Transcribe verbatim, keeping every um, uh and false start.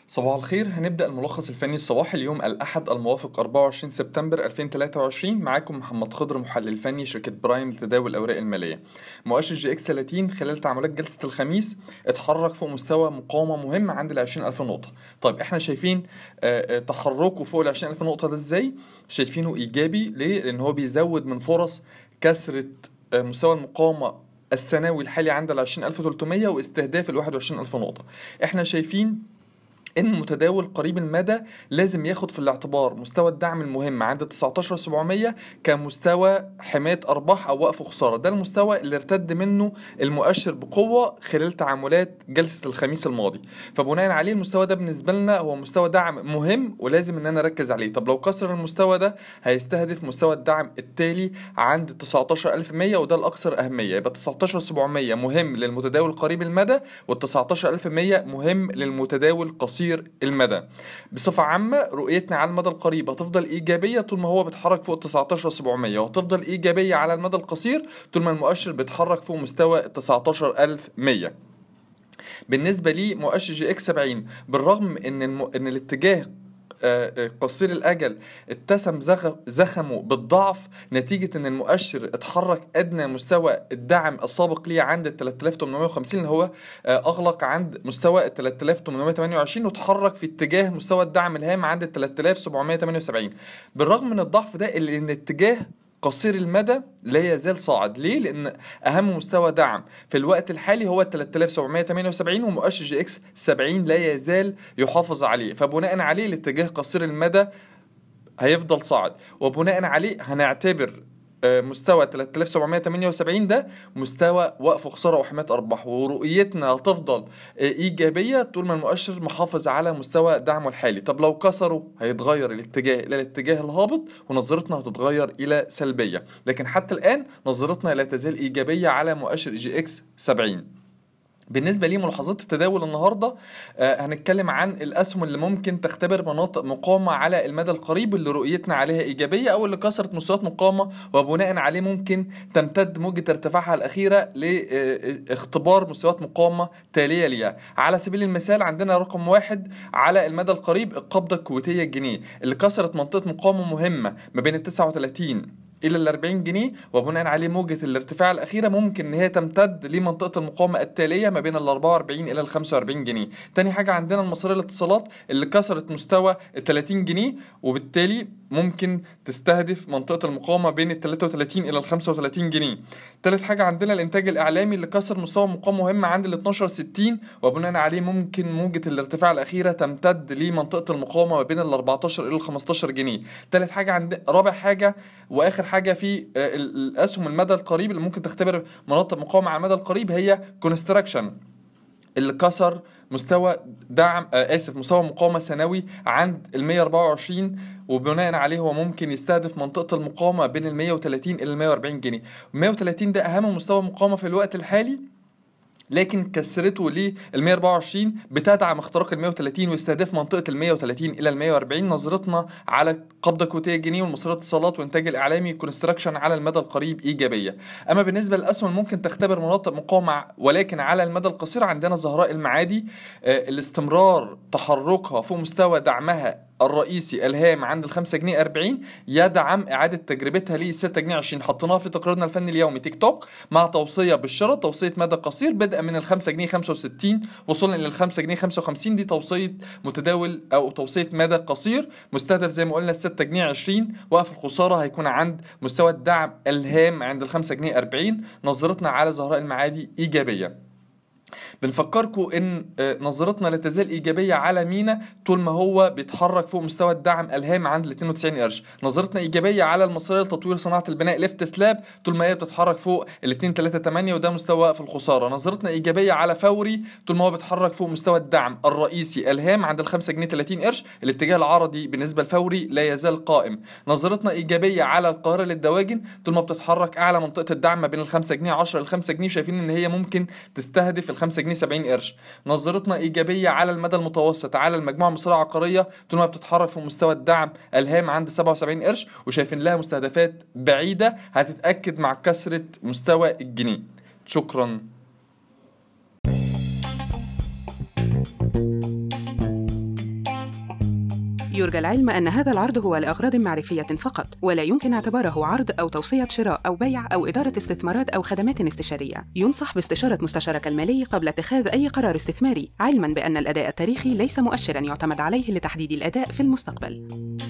صباح الخير. هنبدأ الملخص الفني الصباحي اليوم الأحد الموافق أربعة وعشرين سبتمبر ألفين وثلاثة وعشرين. معاكم محمد خضر، محلل فني شركة برايم لتداول الأوراق المالية. مؤشر جي اكس ثلاثين خلال تعاملات جلسة الخميس اتحرك فوق مستوى مقاومة مهم عند ال عشرين ألف نقطة. طيب احنا شايفين آه، آه، تحركه فوق ال عشرين ألف نقطة ده ازاي؟ شايفينه إيجابي. ليه؟ لأن هو بيزود من فرص كسرة آه، مستوى المقاومة السنوي الحالي عند ال عشرين ألف وثلاثمية واستهداف ال واحد وعشرين ألف نقطة. احنا شايفين ان متداول قريب المدى لازم ياخد في الاعتبار مستوى الدعم المهم عند تسعتاشر سبعمية كمستوى حماية ارباح او وقف خسارة. ده المستوى اللي ارتد منه المؤشر بقوة خلال تعاملات جلسة الخميس الماضي، فبناء عليه المستوى ده بالنسبة لنا هو مستوى دعم مهم ولازم ان انا اركز عليه. طب لو كسر المستوى ده هيستهدف مستوى الدعم التالي عند تسعتاشر ألف ومية، وده الاكثر اهمية. يبقى تسعتاشر سبعمية مهم للمتداول قريب المدى، وال تسعتاشر ألف ومية مهم للمتداول قصير المدى. بصفة عامة رؤيتنا على المدى القريب هتفضل إيجابية طول ما هو بيتحرك فوق تسعتاشر سبعمية، وهتفضل إيجابية على المدى القصير طول ما المؤشر بيتحرك فوق مستوى تسعتاشر ألف ومية. بالنسبة لي مؤشر جي اكس سبعين، بالرغم ان الم... ان الاتجاه قصير الأجل اتسم زخمه بالضعف نتيجة ان المؤشر اتحرك ادنى مستوى الدعم السابق ليه عند ال تلاتة آلاف وتمنمية وخمسين، اللي هو اغلق عند مستوى ال تلاتة آلاف وتمنمية وتمنية وعشرين، وتحرك في اتجاه مستوى الدعم الهام عند ال تلاتة آلاف وسبعمية وتمنية وسبعين. بالرغم من الضعف ده الا ان اتجاه قصير المدى لا يزال صاعد. ليه؟ لان اهم مستوى دعم في الوقت الحالي هو تلاتة آلاف وسبعمية وتمنية وسبعين، ومؤشر جي اكس سبعين لا يزال يحافظ عليه. فبناء عليه الاتجاه قصير المدى هيفضل صاعد، وبناء عليه هنعتبر مستوى تلاتة آلاف وسبعمية وتمنية وسبعين ده مستوى وقف خسارة وحماية أرباح، ورؤيتنا هتفضل إيجابية طول ما المؤشر محافظ على مستوى دعمه الحالي. طب لو كسره هيتغير الاتجاه إلى الاتجاه الهابط، ونظرتنا هتتغير إلى سلبية. لكن حتى الآن نظرتنا لا تزال إيجابية على مؤشر جي اكس سبعين. بالنسبة لي ملاحظات التداول النهاردة، آه هنتكلم عن الأسهم اللي ممكن تختبر مناطق مقاومة على المدى القريب اللي رؤيتنا عليها إيجابية، أو اللي كسرت مستويات مقاومة وبناء عليه ممكن تمتد موجة ارتفاعها الأخيرة لاختبار مستويات مقاومة تالية ليها. على سبيل المثال عندنا رقم واحد على المدى القريب القبضة الكويتية الجنيه اللي كسرت منطقة مقاومة مهمة ما بين ال تسعة وتلاتين الى ال أربعين جنيه، وبناء عليه موجة الارتفاع الاخيره ممكن ان هي تمتد لمنطقه المقاومه التاليه ما بين ال أربعة وأربعين الى ال خمسة وأربعين جنيه. تاني حاجه عندنا المصرية للاتصالات اللي كسرت مستوى ال تلاتين جنيه، وبالتالي ممكن تستهدف منطقه المقاومه بين ال تلاتة وتلاتين الى ال خمسة وتلاتين جنيه. تالت حاجه عندنا الانتاج الاعلامي اللي كسر مستوى مقاومه مهم عند ال اتناشر ستين، وبناء عليه ممكن موجه الارتفاع الاخيره تمتد لمنطقه المقاومه ما بين ال أربعتاشر الى ال خمستاشر جنيه. تالت حاجه عند رابع حاجه واخر حاجه في الاسهم المدى القريب اللي ممكن تختبر مناطق مقاومه على المدى القريب هي كونستراكشن اللي كسر مستوى دعم آه اسف مستوى مقاومه سنوي عند ال مية وأربعة وعشرين، وبناء عليه هو ممكن يستهدف منطقه المقاومه بين ال مية وتلاتين الى ال مية وأربعين جنيه. مية وتلاتين ده اهم مستوى مقاومه في الوقت الحالي، لكن كسرته لل مية وأربعة وعشرين بتدعم اختراق ال مية وتلاتين واستهداف منطقه ال مية وتلاتين الى ال مية وأربعين. نظرتنا على قبضه كويتيه جنيه والمصرية الاتصالات وانتاج الاعلامي كونستراكشن على المدى القريب ايجابيه. اما بالنسبه للاسهم ممكن تختبر مناطق مقاومه ولكن على المدى القصير عندنا زهراء المعادي، آه الاستمرار تحركها فوق مستوى دعمها الرئيسي الهام عند ال خمسة جنيه أربعين يدعم اعاده تجربتها ل ستة جنيه عشرين. حطيناها في تقريرنا الفني اليومي تيك توك مع توصيه بالشراء، توصيه مدى قصير بدءا من ال خمسة جنيه خمسة وستين وصولا الى ال خمسة جنيه خمسة وخمسين. دي توصيه متداول او توصيه مدى قصير مستهدف زي ما قلنا ال ستة جنيه عشرين. وقف الخساره هيكون عند مستوى الدعم الهام عند ال خمسة جنيه أربعين. نظرتنا على زهراء المعادي ايجابيه. بنفكركم ان نظرتنا لا تزال ايجابيه على مينا طول ما هو بيتحرك فوق مستوى الدعم الهام عند ال اتنين وتسعين قرش. نظرتنا ايجابيه على المصرية لتطوير صناعه البناء ليفت سلاب طول ما هي بتتحرك فوق ال اتنين تلاتة تمنية، وده مستوى وقف الخساره. نظرتنا ايجابيه على فوري طول ما هو بيتحرك فوق مستوى الدعم الرئيسي الهام عند ال خمسة جنيه تلاتين قرش. الاتجاه العرضي بالنسبه لفوري لا يزال قائم. نظرتنا ايجابيه على القاهره للدواجن طول ما بتتحرك اعلى منطقه الدعم ما بين ال خمسة جنيه عشرة لل خمسة جنيه، شايفين ان هي ممكن تستهدف ال خمسة جنيه سبعين قرش. نظرتنا ايجابيه على المدى المتوسط على المجموعه المصرية العقاريه طول ما بتتحرك في مستوى الدعم الهام عند سبعة وسبعين قرش، وشايفين لها مستهدفات بعيده هتتاكد مع كسره مستوى الجنيه. شكرا. يرجى العلم أن هذا العرض هو لأغراض معرفية فقط، ولا يمكن اعتباره عرض أو توصية شراء أو بيع أو إدارة استثمارات أو خدمات استشارية. ينصح باستشارة مستشارك المالي قبل اتخاذ أي قرار استثماري، علماً بأن الأداء التاريخي ليس مؤشراً يعتمد عليه لتحديد الأداء في المستقبل.